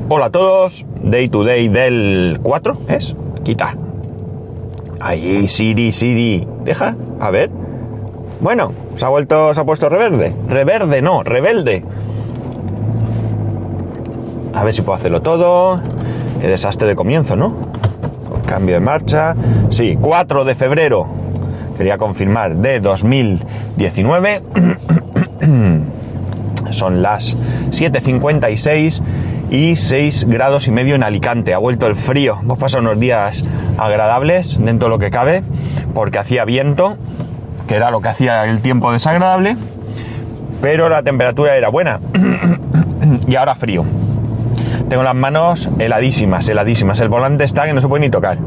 Hola a todos, Day to Day del 4, ¿es? Quita. Ahí, Siri, deja, a ver. Bueno, se ha puesto reverde. Rebelde. A ver si puedo hacerlo todo. Qué desastre de comienzo, ¿no? Cambio de marcha. Sí, 4 de febrero. Quería confirmar, de 2019. Son las 7:56 y 6 grados y medio en Alicante. Ha vuelto el frío. Hemos pasado unos días agradables dentro de lo que cabe, porque hacía viento, que era lo que hacía el tiempo desagradable, pero la temperatura era buena. Y ahora frío. Tengo las manos heladísimas. El volante está que no se puede ni tocar.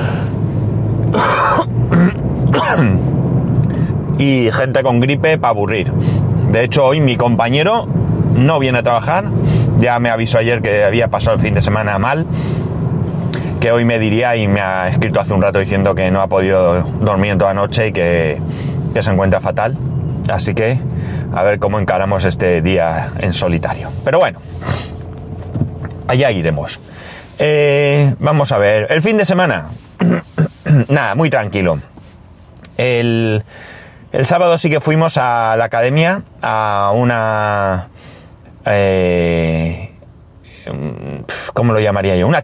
Y gente con gripe para aburrir. De hecho, hoy mi compañero no viene a trabajar. Ya me avisó ayer que había pasado el fin de semana mal, que hoy me diría, y me ha escrito hace un rato diciendo que no ha podido dormir en toda la noche y que se encuentra fatal. Así que a ver cómo encaramos este día en solitario. Pero bueno, allá iremos. Vamos a ver, el fin de semana. Nada, muy tranquilo. El sábado sí que fuimos a la academia, a una... ¿cómo lo llamaría yo? Una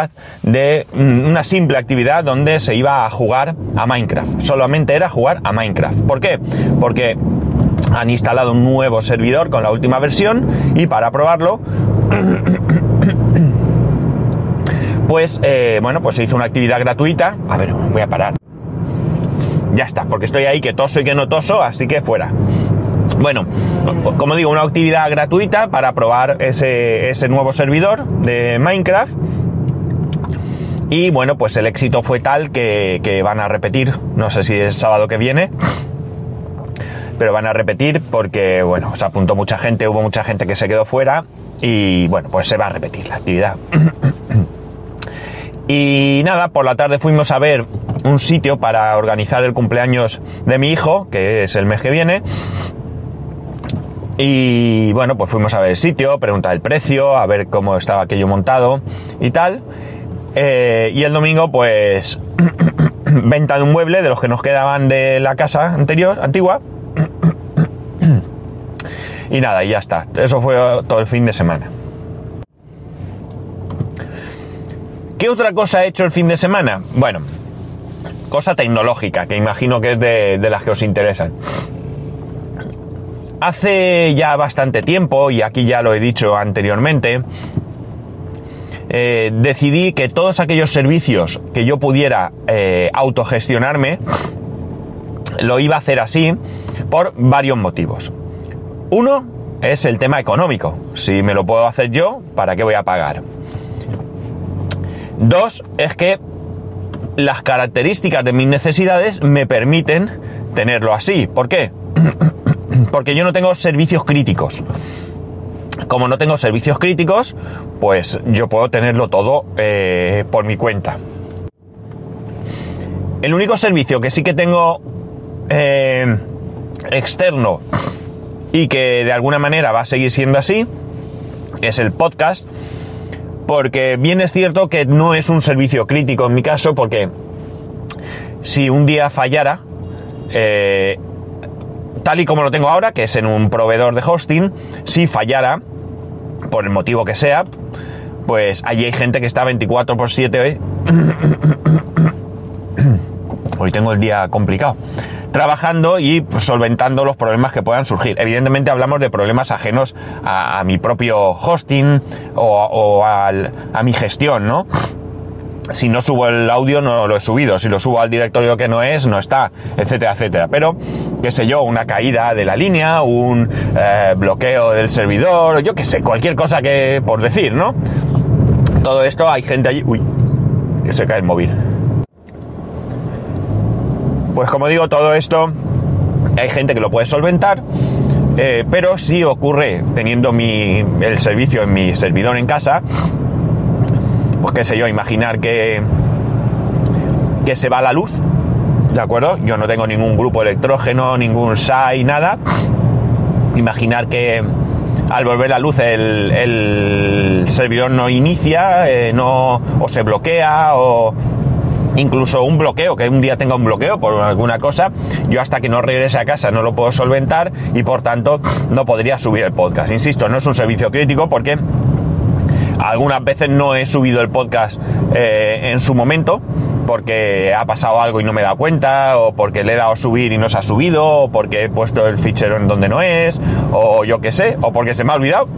simple actividad donde se iba a jugar a Minecraft. Solamente era jugar a Minecraft. ¿Por qué? Porque han instalado un nuevo servidor con la última versión y para probarlo pues se hizo una actividad gratuita. A ver, voy a parar. Ya está, porque estoy ahí que toso y que no toso, así que fuera. Bueno, como digo, una actividad gratuita para probar ese nuevo servidor de Minecraft. Y bueno, pues el éxito fue tal que van a repetir. No sé si es el sábado que viene, pero van a repetir porque, bueno, se apuntó mucha gente, hubo mucha gente que se quedó fuera. Y bueno, pues se va a repetir la actividad. Y nada, por la tarde fuimos a ver un sitio para organizar el cumpleaños de mi hijo, que es el mes que viene. Y bueno, pues fuimos a ver el sitio, preguntar el precio, a ver cómo estaba aquello montado y tal. Y el domingo, pues, venta de un mueble de los que nos quedaban de la casa antigua. Y nada, y ya está. Eso fue todo el fin de semana. ¿Qué otra cosa he hecho el fin de semana? Bueno, cosa tecnológica, que imagino que es de las que os interesan. Hace ya bastante tiempo, y aquí ya lo he dicho anteriormente, decidí que todos aquellos servicios que yo pudiera autogestionarme, lo iba a hacer así por varios motivos. Uno es el tema económico. Si me lo puedo hacer yo, ¿para qué voy a pagar? Dos, es que las características de mis necesidades me permiten tenerlo así. ¿Por qué? Porque yo no tengo servicios críticos. Como no tengo servicios críticos, pues yo puedo tenerlo todo por mi cuenta. El único servicio que sí que tengo externo y que de alguna manera va a seguir siendo así es el podcast. Porque bien es cierto que no es un servicio crítico en mi caso, porque si un día fallara, tal y como lo tengo ahora, que es en un proveedor de hosting, si fallara, por el motivo que sea, pues allí hay gente que está 24/7, hoy tengo el día complicado, trabajando y solventando los problemas que puedan surgir. Evidentemente hablamos de problemas ajenos a mi propio hosting o a mi gestión, ¿no? Si no subo el audio no lo he subido, si lo subo al directorio que no está, etcétera, etcétera. Pero, qué sé yo, una caída de la línea, un bloqueo del servidor, yo qué sé, cualquier cosa que por decir, ¿no? Todo esto hay gente allí... Uy, que se cae el móvil. Pues como digo, todo esto hay gente que lo puede solventar, pero si ocurre teniendo el servicio en mi servidor en casa, pues qué sé yo, imaginar que se va la luz, ¿de acuerdo? Yo no tengo ningún grupo electrógeno, ningún SAI, nada. Imaginar que al volver la luz el el servidor no inicia, o se bloquea, o incluso un bloqueo, que un día tenga un bloqueo por alguna cosa, yo hasta que no regrese a casa no lo puedo solventar y por tanto no podría subir el podcast. Insisto, no es un servicio crítico porque algunas veces no he subido el podcast en su momento porque ha pasado algo y no me he dado cuenta, o porque le he dado a subir y no se ha subido, o porque he puesto el fichero en donde no es, o yo qué sé, o porque se me ha olvidado.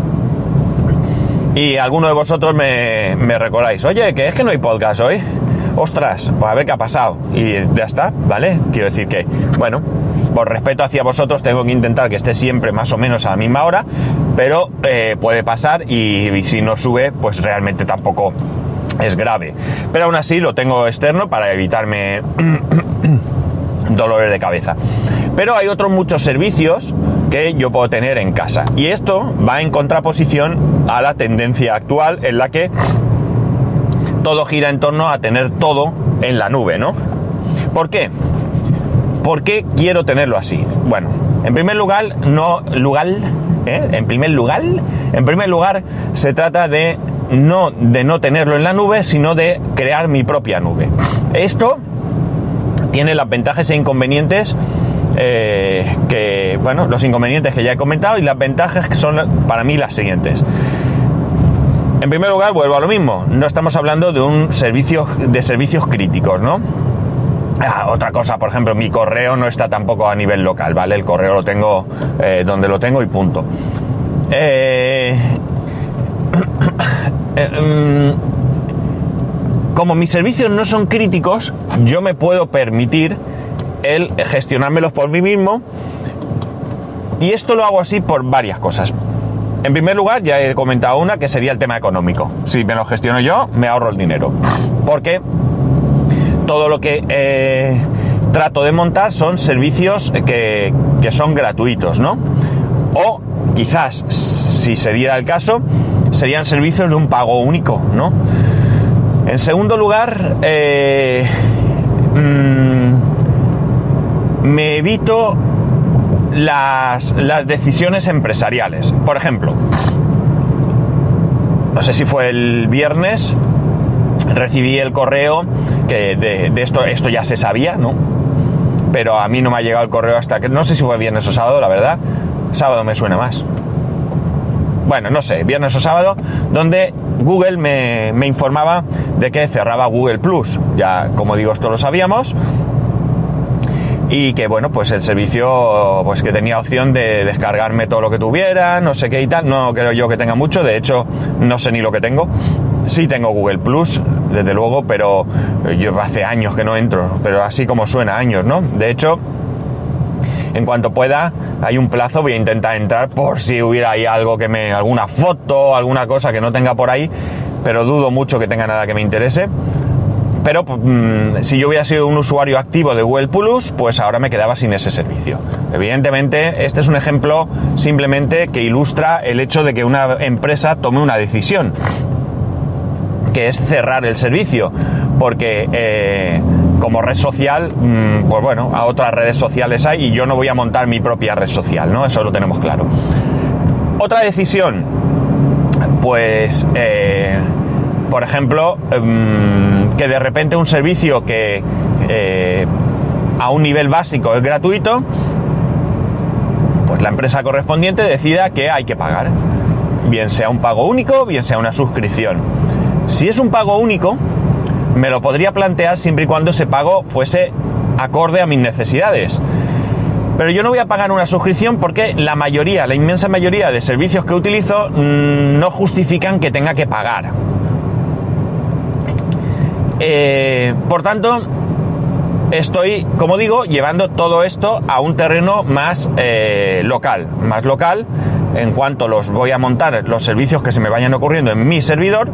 Y alguno de vosotros me recordáis, oye, que es que no hay podcast hoy. Ostras, pues a ver qué ha pasado. Y ya está, ¿vale? Quiero decir que, bueno, por respeto hacia vosotros tengo que intentar que esté siempre más o menos a la misma hora, pero puede pasar y si no sube, pues realmente tampoco es grave. Pero aún así lo tengo externo para evitarme dolores de cabeza. Pero hay otros muchos servicios que yo puedo tener en casa. Y esto va en contraposición a la tendencia actual en la que todo gira en torno a tener todo en la nube, ¿no? ¿Por qué? ¿Por qué quiero tenerlo así? Bueno, en primer lugar, En primer lugar, se trata de no tenerlo en la nube, sino de crear mi propia nube. Esto tiene las ventajas e inconvenientes los inconvenientes que ya he comentado, y las ventajas que son para mí las siguientes. En primer lugar, vuelvo a lo mismo, no estamos hablando de servicios críticos, ¿no? Otra cosa, por ejemplo, mi correo no está tampoco a nivel local, ¿vale? El correo lo tengo donde lo tengo y punto. Como mis servicios no son críticos, yo me puedo permitir el gestionármelos por mí mismo, y esto lo hago así por varias cosas. En primer lugar, ya he comentado una, que sería el tema económico. Si me lo gestiono yo, me ahorro el dinero, porque todo lo que trato de montar son servicios que son gratuitos, ¿no? O quizás, si se diera el caso, serían servicios de un pago único, ¿no? En segundo lugar, me evito las decisiones empresariales. Por ejemplo, no sé si fue el viernes, recibí el correo que de esto ya se sabía, ¿no? Pero a mí no me ha llegado el correo hasta que, no sé si fue viernes o sábado, la verdad. Sábado me suena más. Bueno, no sé, viernes o sábado, donde Google me informaba de que cerraba Google Plus. Ya, como digo, esto lo sabíamos. Y que, bueno, pues el servicio, pues que tenía opción de descargarme todo lo que tuviera, no sé qué y tal. No creo yo que tenga mucho, de hecho, no sé ni lo que tengo. Sí tengo Google Plus, desde luego, pero yo hace años que no entro, pero así como suena, años, ¿no? De hecho, en cuanto pueda, hay un plazo, voy a intentar entrar por si hubiera ahí algo alguna foto, alguna cosa que no tenga por ahí, pero dudo mucho que tenga nada que me interese. Pero si yo hubiera sido un usuario activo de Google Plus, pues ahora me quedaba sin ese servicio. Evidentemente, este es un ejemplo simplemente que ilustra el hecho de que una empresa tome una decisión, que es cerrar el servicio, porque como red social, pues bueno, a otras redes sociales hay, y yo no voy a montar mi propia red social, ¿no? Eso lo tenemos claro. Otra decisión, pues por ejemplo, que de repente un servicio que a un nivel básico es gratuito, pues la empresa correspondiente decida que hay que pagar, bien sea un pago único, bien sea una suscripción. Si es un pago único, me lo podría plantear siempre y cuando ese pago fuese acorde a mis necesidades. Pero yo no voy a pagar una suscripción porque la inmensa mayoría de servicios que utilizo no justifican que tenga que pagar. Por tanto, estoy, como digo, llevando todo esto a un terreno más local en cuanto los voy a montar los servicios que se me vayan ocurriendo en mi servidor.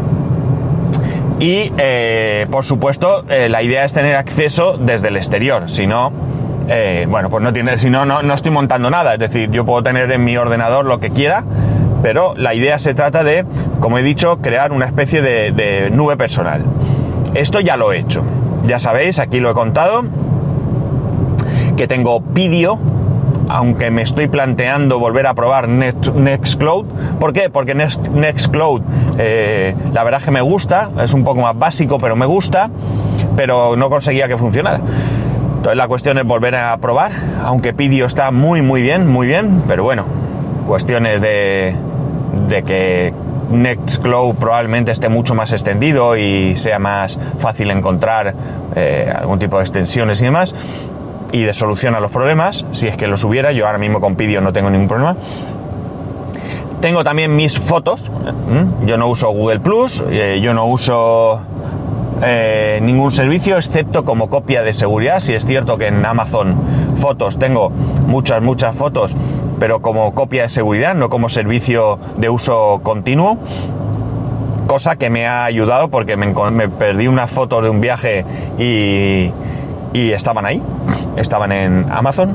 Y por supuesto, la idea es tener acceso desde el exterior. Si no, pues no estoy montando nada. Es decir, yo puedo tener en mi ordenador lo que quiera, pero la idea se trata de, como he dicho, crear una especie de nube personal. Esto ya lo he hecho. Ya sabéis, aquí lo he contado, que tengo Pidio, aunque me estoy planteando volver a probar Nextcloud. ¿Por qué? Porque Nextcloud la verdad es que me gusta, es un poco más básico, pero me gusta, pero no conseguía que funcionara. Entonces la cuestión es volver a probar, aunque Pidio está muy bien, pero bueno, cuestiones de que Nextcloud probablemente esté mucho más extendido y sea más fácil encontrar algún tipo de extensiones y demás, y de solución a los problemas, si es que los hubiera. Yo ahora mismo con Pidio no tengo ningún problema. Tengo también mis fotos, yo no uso Google Plus, yo no uso ningún servicio excepto como copia de seguridad. Si es cierto que en Amazon Fotos tengo muchas fotos, pero como copia de seguridad, no como servicio de uso continuo, cosa que me ha ayudado porque me perdí unas fotos de un viaje y estaban ahí, estaban en Amazon.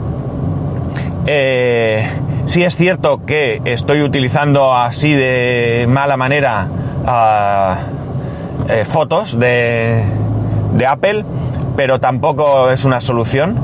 Sí es cierto que estoy utilizando así de mala manera fotos de Apple, pero tampoco es una solución,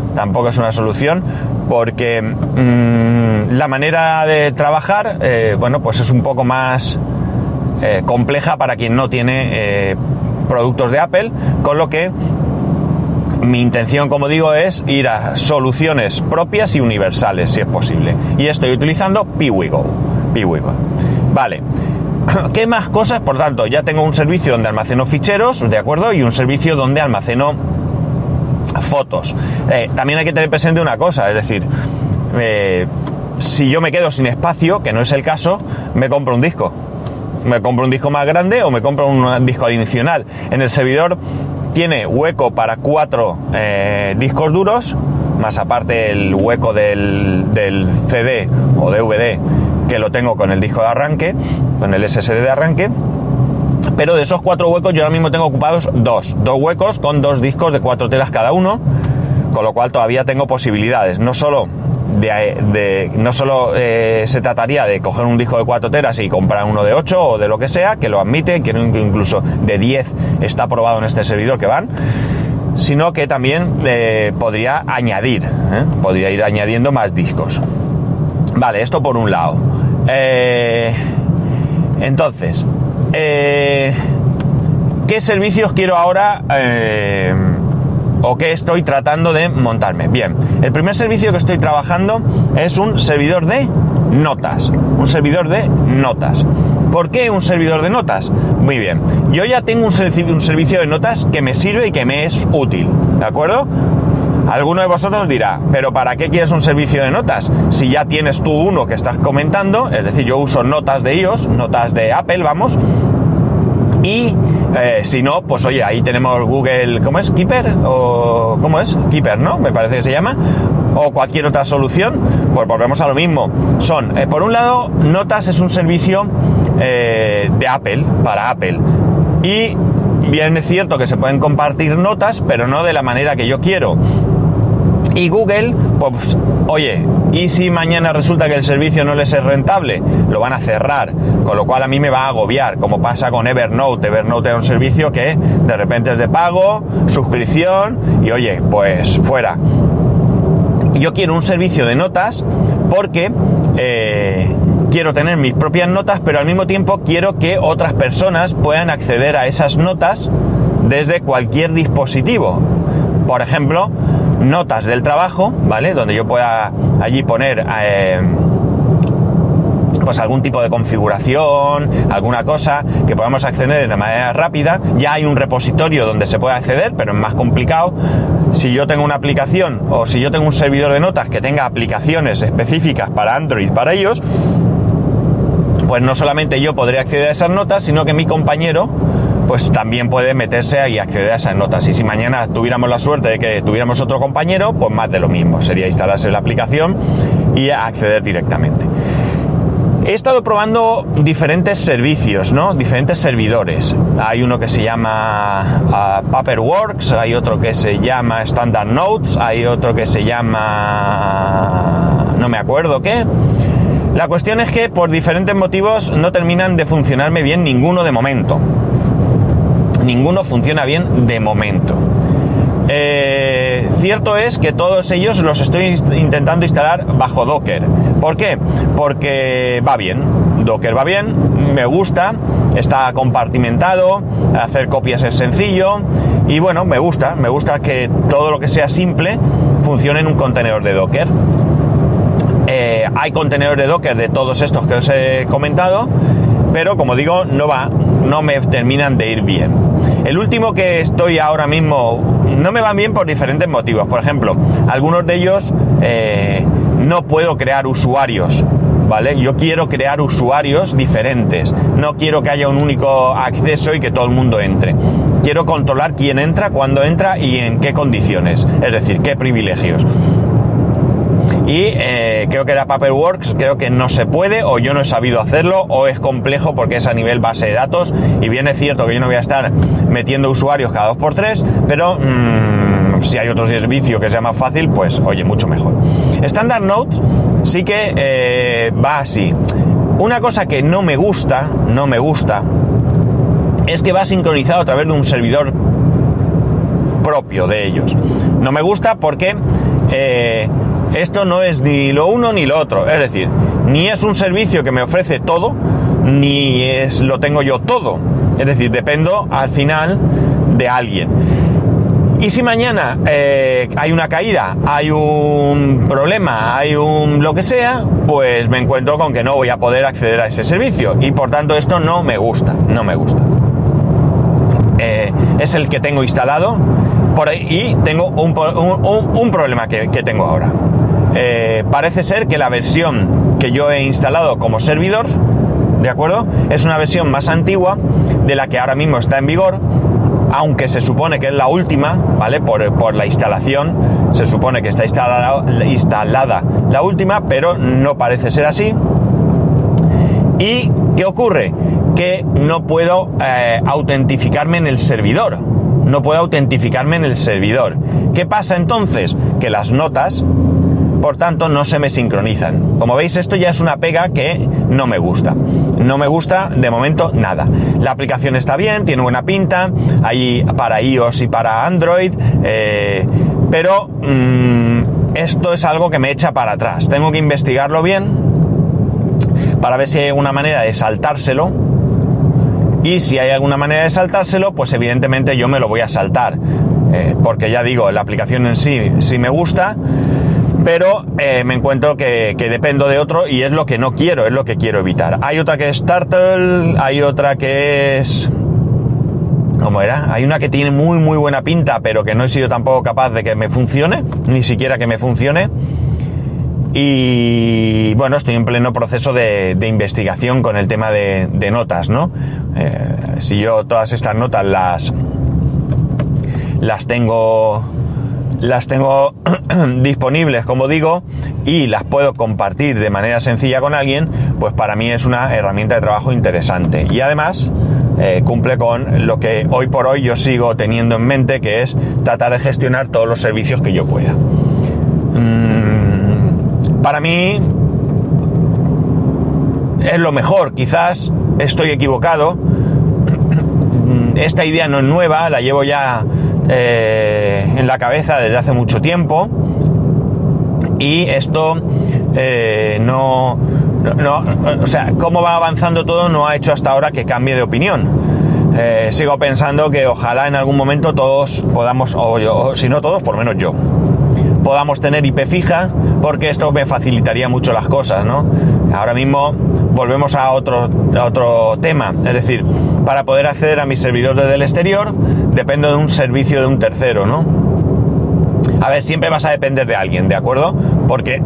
porque la manera de trabajar, bueno, pues es un poco más compleja para quien no tiene productos de Apple, con lo que mi intención, como digo, es ir a soluciones propias y universales, si es posible. Y estoy utilizando Piwigo. Vale. ¿Qué más cosas? Por tanto, ya tengo un servicio donde almaceno ficheros, ¿de acuerdo? Y un servicio donde almaceno fotos. También hay que tener presente una cosa, es decir, si yo me quedo sin espacio, que no es el caso, me compro un disco. Me compro un disco más grande o me compro un disco adicional. En el servidor tiene hueco para 4 discos duros, más aparte el hueco del CD o DVD, que lo tengo con el disco de arranque, con el SSD de arranque. Pero de esos 4 huecos yo ahora mismo tengo ocupados dos huecos con 2 discos de 4 teras cada uno, con lo cual todavía tengo posibilidades. No solo se trataría de coger un disco de 4 teras y comprar uno de 8 o de lo que sea, que lo admite, que incluso de 10 está probado en este servidor que van, sino que también podría ir añadiendo más discos. Vale, esto por un lado. Entonces, ¿qué servicios quiero ahora o qué estoy tratando de montarme? Bien, el primer servicio que estoy trabajando es un servidor de notas. ¿Por qué un servidor de notas? Muy bien, yo ya tengo un servicio de notas que me sirve y que me es útil, ¿de acuerdo? Alguno de vosotros dirá, ¿pero para qué quieres un servicio de notas? Si ya tienes tú uno que estás comentando, es decir, yo uso notas de iOS, notas de Apple, vamos, y si no, pues oye, ahí tenemos Google, ¿cómo es? ¿Keeper? ¿O cómo es? Keeper, ¿no? Me parece que se llama. O cualquier otra solución, pues volvemos a lo mismo. Son, por un lado, Notas es un servicio de Apple, para Apple. Y bien es cierto que se pueden compartir notas, pero no de la manera que yo quiero. Y Google, pues, oye, ¿y si mañana resulta que el servicio no les es rentable? Lo van a cerrar, con lo cual a mí me va a agobiar, como pasa con Evernote. Evernote era un servicio que de repente es de pago, suscripción, y oye, pues fuera. Yo quiero un servicio de notas porque quiero tener mis propias notas, pero al mismo tiempo quiero que otras personas puedan acceder a esas notas desde cualquier dispositivo. Por ejemplo, notas del trabajo, ¿vale? Donde yo pueda allí poner pues algún tipo de configuración, alguna cosa que podamos acceder de manera rápida. Ya hay un repositorio donde se puede acceder, pero es más complicado. Si yo tengo una aplicación o si yo tengo un servidor de notas que tenga aplicaciones específicas para Android, para ellos, pues no solamente yo podré acceder a esas notas, sino que mi compañero pues también puede meterse y acceder a esas notas. Y si mañana tuviéramos la suerte de que tuviéramos otro compañero, pues más de lo mismo. Sería instalarse la aplicación y acceder directamente. He estado probando diferentes servicios, ¿no? Diferentes servidores. Hay uno que se llama Paperworks, hay otro que se llama Standard Notes, hay otro que se llama... no me acuerdo qué. La cuestión es que por diferentes motivos no terminan de funcionarme bien ninguno de momento. Ninguno funciona bien de momento. Cierto es que todos ellos los estoy intentando instalar bajo Docker. ¿Por qué? Porque va bien. Docker va bien, me gusta, está compartimentado, hacer copias es sencillo y bueno, me gusta que todo lo que sea simple funcione en un contenedor de Docker. Hay contenedores de Docker de todos estos que os he comentado, pero como digo, no me terminan de ir bien. El último que estoy ahora mismo no me van bien por diferentes motivos. Por ejemplo, algunos de ellos no puedo crear usuarios, ¿vale? Yo quiero crear usuarios diferentes. No quiero que haya un único acceso y que todo el mundo entre. Quiero controlar quién entra, cuándo entra y en qué condiciones. Es decir, qué privilegios. Y creo que era Paperworks, creo que no se puede, o yo no he sabido hacerlo, o es complejo porque es a nivel base de datos, y bien es cierto que yo no voy a estar metiendo usuarios cada 2x3, pero si hay otro servicio que sea más fácil, pues oye, mucho mejor. Standard Notes sí que va así. Una cosa que no me gusta, es que va sincronizado a través de un servidor propio de ellos. No me gusta porque esto no es ni lo uno ni lo otro, es decir, ni es un servicio que me ofrece todo, ni lo tengo yo todo, es decir, dependo al final de alguien. Y si mañana hay una caída, hay un problema, hay un lo que sea, pues me encuentro con que no voy a poder acceder a ese servicio y por tanto esto no me gusta. Es el que tengo instalado por ahí y tengo un problema que tengo ahora. Parece ser que la versión que yo he instalado como servidor, ¿de acuerdo? Es una versión más antigua de la que ahora mismo está en vigor, aunque se supone que es la última, ¿vale? Por la instalación se supone que está instalada la última, pero no parece ser así. ¿Y qué ocurre? Que no puedo autentificarme en el servidor. ¿Qué pasa entonces? Que las notas, por tanto, no se me sincronizan. Como veis, esto ya es una pega que no me gusta. No me gusta de momento nada. La aplicación está bien, tiene buena pinta, hay para iOS y para Android, pero esto es algo que me echa para atrás. Tengo que investigarlo bien para ver si hay alguna manera de saltárselo. Y si hay alguna manera de saltárselo, pues evidentemente yo me lo voy a saltar. Porque ya digo, la aplicación en sí me gusta, pero me encuentro que dependo de otro y es lo que no quiero, es lo que quiero evitar. Hay otra que es Turtle, hay otra que es... ¿Cómo era? Hay una que tiene muy muy buena pinta, pero que no he sido tampoco capaz de que me funcione, ni siquiera que me funcione. Y bueno, estoy en pleno proceso de investigación con el tema de notas, ¿no? Si yo todas estas notas las tengo disponibles, como digo, y las puedo compartir de manera sencilla con alguien, pues para mí es una herramienta de trabajo interesante. Y además cumple con lo que hoy por hoy yo sigo teniendo en mente, que es tratar de gestionar todos los servicios que yo pueda. Para mí es lo mejor, quizás estoy equivocado. Esta idea no es nueva, la llevo ya en la cabeza desde hace mucho tiempo y esto o sea, cómo va avanzando todo no ha hecho hasta ahora que cambie de opinión. Sigo pensando que ojalá en algún momento todos podamos, o si no todos, por lo menos yo, podamos tener IP fija, porque esto me facilitaría mucho las cosas, ¿no? Ahora mismo volvemos a otro tema, es decir, para poder acceder a mis servidores del exterior dependo de un servicio de un tercero, ¿no? A ver, siempre vas a depender de alguien, ¿de acuerdo? Porque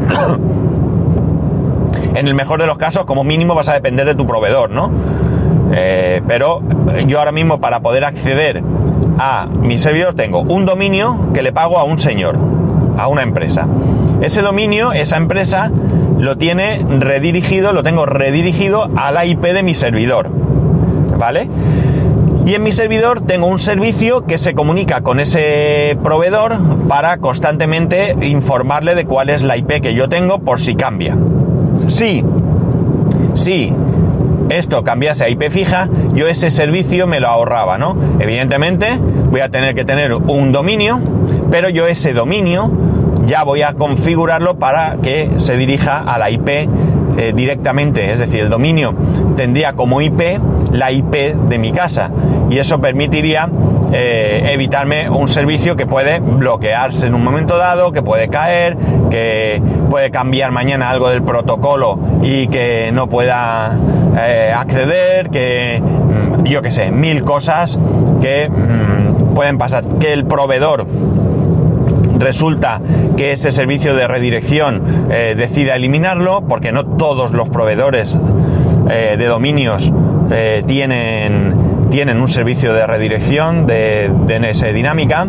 en el mejor de los casos, como mínimo, vas a depender de tu proveedor, ¿no? Pero yo ahora mismo, para poder acceder a mi servidor, tengo un dominio que le pago a un señor, a una empresa. Ese dominio, esa empresa, lo tengo redirigido a la IP de mi servidor, ¿vale? Y en mi servidor tengo un servicio que se comunica con ese proveedor para constantemente informarle de cuál es la IP que yo tengo por si cambia. Sí, esto cambiase a IP fija, yo ese servicio me lo ahorraba, ¿no? Evidentemente voy a tener que tener un dominio, pero yo ese dominio ya voy a configurarlo para que se dirija a la IP directamente, es decir, el dominio tendría como IP la IP de mi casa, y eso permitiría evitarme un servicio que puede bloquearse en un momento dado, que puede caer, que puede cambiar mañana algo del protocolo y que no pueda acceder, que yo qué sé, 1000 cosas que pueden pasar, que el proveedor resulta que ese servicio de redirección decida eliminarlo, porque no todos los proveedores de dominios tienen un servicio de redirección de DNS dinámica.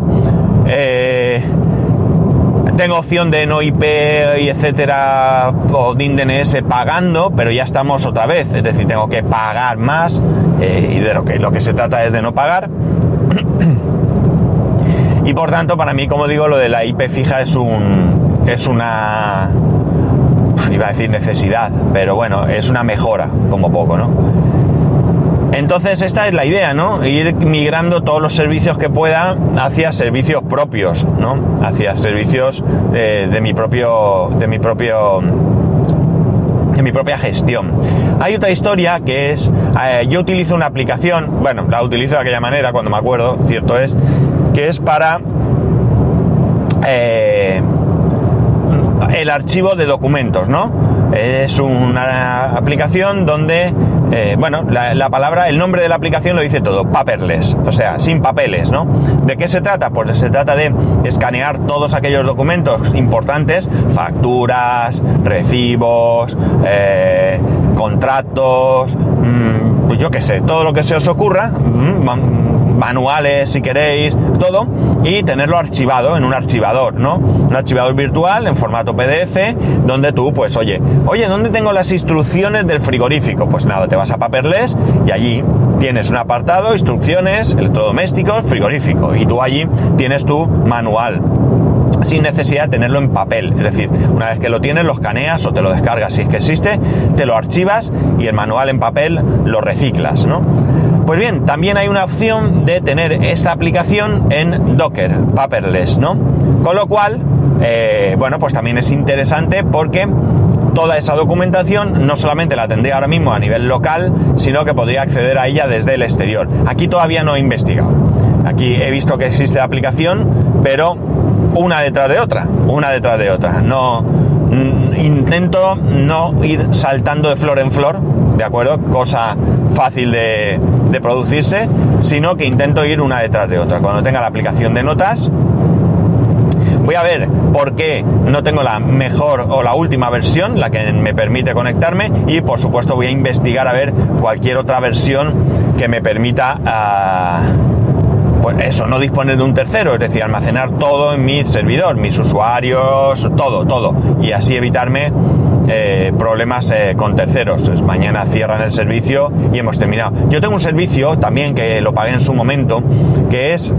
Tengo opción de no IP y etcétera, o DIN DNS pagando, pero ya estamos otra vez, es decir, tengo que pagar más, y de lo que se trata es de no pagar. Y por tanto, para mí, como digo, lo de la IP fija es una, iba a decir necesidad, pero bueno, es una mejora, como poco, ¿no? Entonces esta es la idea, ¿no? Ir migrando todos los servicios que pueda hacia servicios propios, ¿no? Hacia servicios de mi propia gestión. Hay otra historia que es, yo utilizo una aplicación, bueno, la utilizo de aquella manera cuando me acuerdo, cierto es, que es para el archivo de documentos, ¿no? Es una aplicación donde, la palabra, el nombre de la aplicación lo dice todo, paperless, o sea, sin papeles, ¿no? ¿De qué se trata? Pues se trata de escanear todos aquellos documentos importantes, facturas, recibos, contratos, pues yo qué sé, todo lo que se os ocurra, manuales si queréis, todo, y tenerlo archivado en un archivador, ¿no? Un archivador virtual en formato PDF, donde tú, pues, oye, ¿dónde tengo las instrucciones del frigorífico? Pues nada, te vas a Paperless y allí tienes un apartado, instrucciones, electrodomésticos, frigorífico, y tú allí tienes tu manual, sin necesidad de tenerlo en papel. Es decir, una vez que lo tienes, lo escaneas o te lo descargas si es que existe, te lo archivas y el manual en papel lo reciclas, ¿no? Pues bien, también hay una opción de tener esta aplicación en Docker, Paperless, ¿no? Con lo cual, pues también es interesante porque toda esa documentación no solamente la tendría ahora mismo a nivel local, sino que podría acceder a ella desde el exterior. Aquí todavía no he investigado. Aquí he visto que existe la aplicación, pero una detrás de otra. No, intento no ir saltando de flor en flor, ¿de acuerdo? Cosa fácil de producirse, sino que intento ir una detrás de otra. Cuando tenga la aplicación de notas, voy a ver por qué no tengo la mejor o la última versión, la que me permite conectarme, y por supuesto voy a investigar a ver cualquier otra versión que me permita pues eso, no disponer de un tercero, es decir, almacenar todo en mi servidor, mis usuarios, todo, y así evitarme problemas con terceros. Pues mañana cierran el servicio y hemos terminado. Yo tengo un servicio también que lo pagué en su momento, que es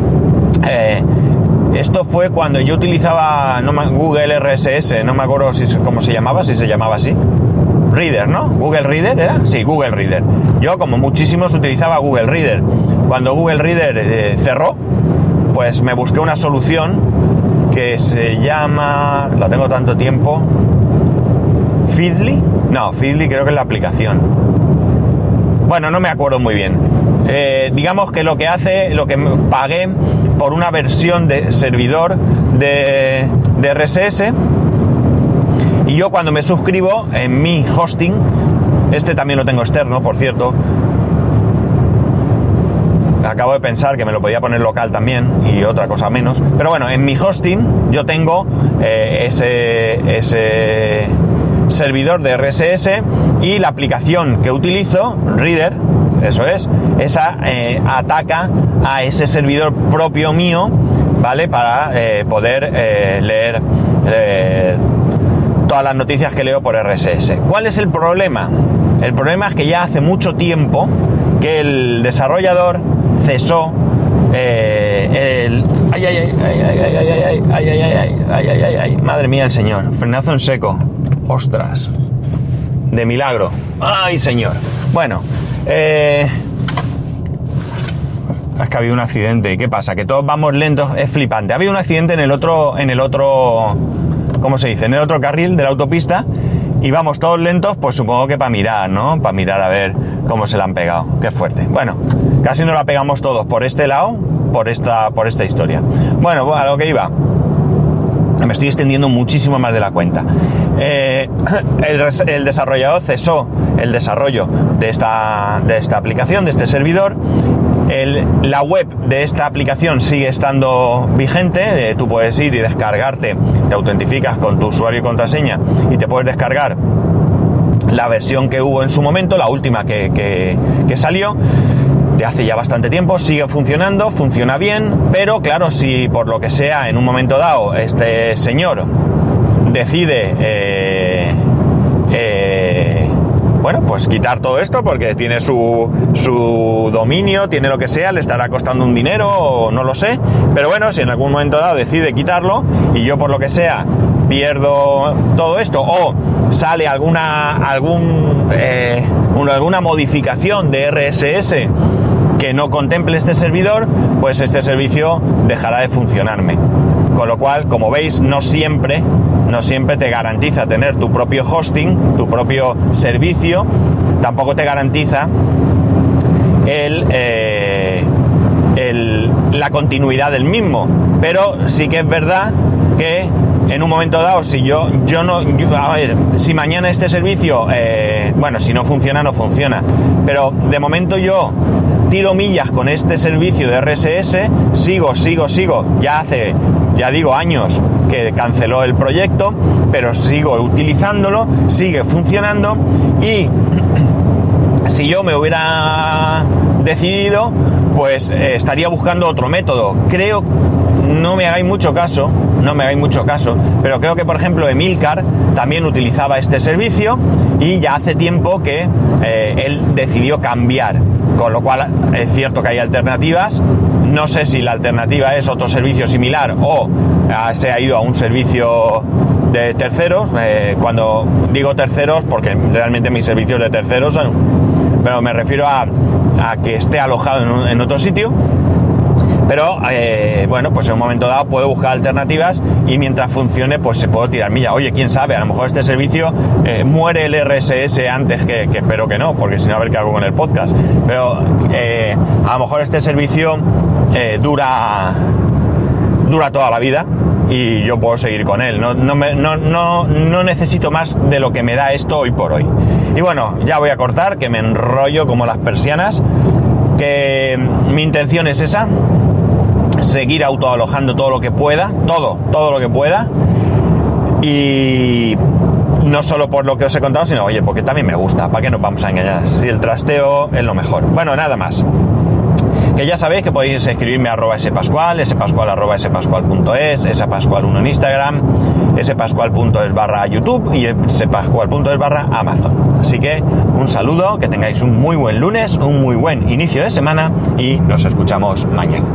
esto fue cuando yo utilizaba Google RSS, no me acuerdo cómo se llamaba, si se llamaba así. Reader, ¿no? ¿Google Reader era? Sí, Google Reader. Yo, como muchísimos, utilizaba Google Reader. Cuando Google Reader cerró, pues me busqué una solución que se llama... La tengo tanto tiempo... ¿Feedly? No, Feedly creo que es la aplicación. Bueno, no me acuerdo muy bien. Digamos que lo que pagué por una versión de servidor de RSS, y yo cuando me suscribo en mi hosting, este también lo tengo externo, por cierto, acabo de pensar que me lo podía poner local también y otra cosa menos, pero bueno, en mi hosting yo tengo ese servidor de RSS, y la aplicación que utilizo, Reader, eso es, esa ataca a ese servidor propio mío, ¿vale? Para poder leer todas las noticias que leo por RSS. ¿Cuál es el problema? El problema es que ya hace mucho tiempo que el desarrollador cesó madre mía el señor, frenazo en seco, ostras, de milagro, ay señor. Bueno, es que ha habido un accidente. ¿Y qué pasa? Que todos vamos lentos, es flipante. Ha habido un accidente en el otro, ¿cómo se dice? En el otro carril de la autopista, y vamos todos lentos, pues supongo que para mirar, ¿no? Para mirar a ver cómo se la han pegado. Qué fuerte. Bueno, casi nos la pegamos todos por este lado, por esta historia. Bueno, a lo que iba. Me estoy extendiendo muchísimo más de la cuenta. El desarrollador cesó el desarrollo de esta aplicación, de este servidor. La web de esta aplicación sigue estando vigente. Tú puedes ir y descargarte, te autentificas con tu usuario y contraseña y te puedes descargar la versión que hubo en su momento, la última que salió de hace ya bastante tiempo. Sigue funcionando, funciona bien, pero claro, si por lo que sea en un momento dado este señor decide bueno, pues quitar todo esto porque tiene su dominio, tiene lo que sea, le estará costando un dinero o no lo sé, pero bueno, si en algún momento dado decide quitarlo y yo por lo que sea pierdo todo esto o sale alguna modificación de RSS que no contemple este servidor, pues este servicio dejará de funcionarme. Con lo cual, como veis, no siempre te garantiza tener tu propio hosting, tu propio servicio, tampoco te garantiza la continuidad del mismo. Pero sí que es verdad que en un momento dado, si si mañana este servicio, bueno, si no funciona, no funciona. Pero de momento yo tiro millas con este servicio de RSS, sigo, ya digo, años que canceló el proyecto, pero sigo utilizándolo, sigue funcionando, y si yo me hubiera decidido, pues estaría buscando otro método. Creo, no me hagáis mucho caso, pero creo que, por ejemplo, Emilcar también utilizaba este servicio y ya hace tiempo que él decidió cambiar, con lo cual es cierto que hay alternativas. No sé si la alternativa es otro servicio similar o se ha ido a un servicio de terceros. Cuando digo terceros, porque realmente mis servicios de terceros son, pero me refiero a que esté alojado en otro sitio. Pero bueno, pues en un momento dado puedo buscar alternativas y mientras funcione pues se puedo tirar milla. Oye, quién sabe, a lo mejor este servicio muere el RSS antes que espero que no, porque si no, a ver qué hago con el podcast. Pero a lo mejor este servicio dura toda la vida y yo puedo seguir con él. No necesito más de lo que me da esto hoy por hoy. Y bueno, ya voy a cortar, que me enrollo como las persianas, que mi intención es esa: seguir autoalojando todo lo que pueda, todo lo que pueda, y no solo por lo que os he contado, sino, oye, porque también me gusta. ¿Para qué nos vamos a engañar? Si el trasteo es lo mejor. Bueno, nada más. Que ya sabéis que podéis escribirme a @spascual, spascual@spascual.es, spascual1 en Instagram, spascual.es/YouTube y spascual.es/Amazon. Así que un saludo, que tengáis un muy buen lunes, un muy buen inicio de semana y nos escuchamos mañana.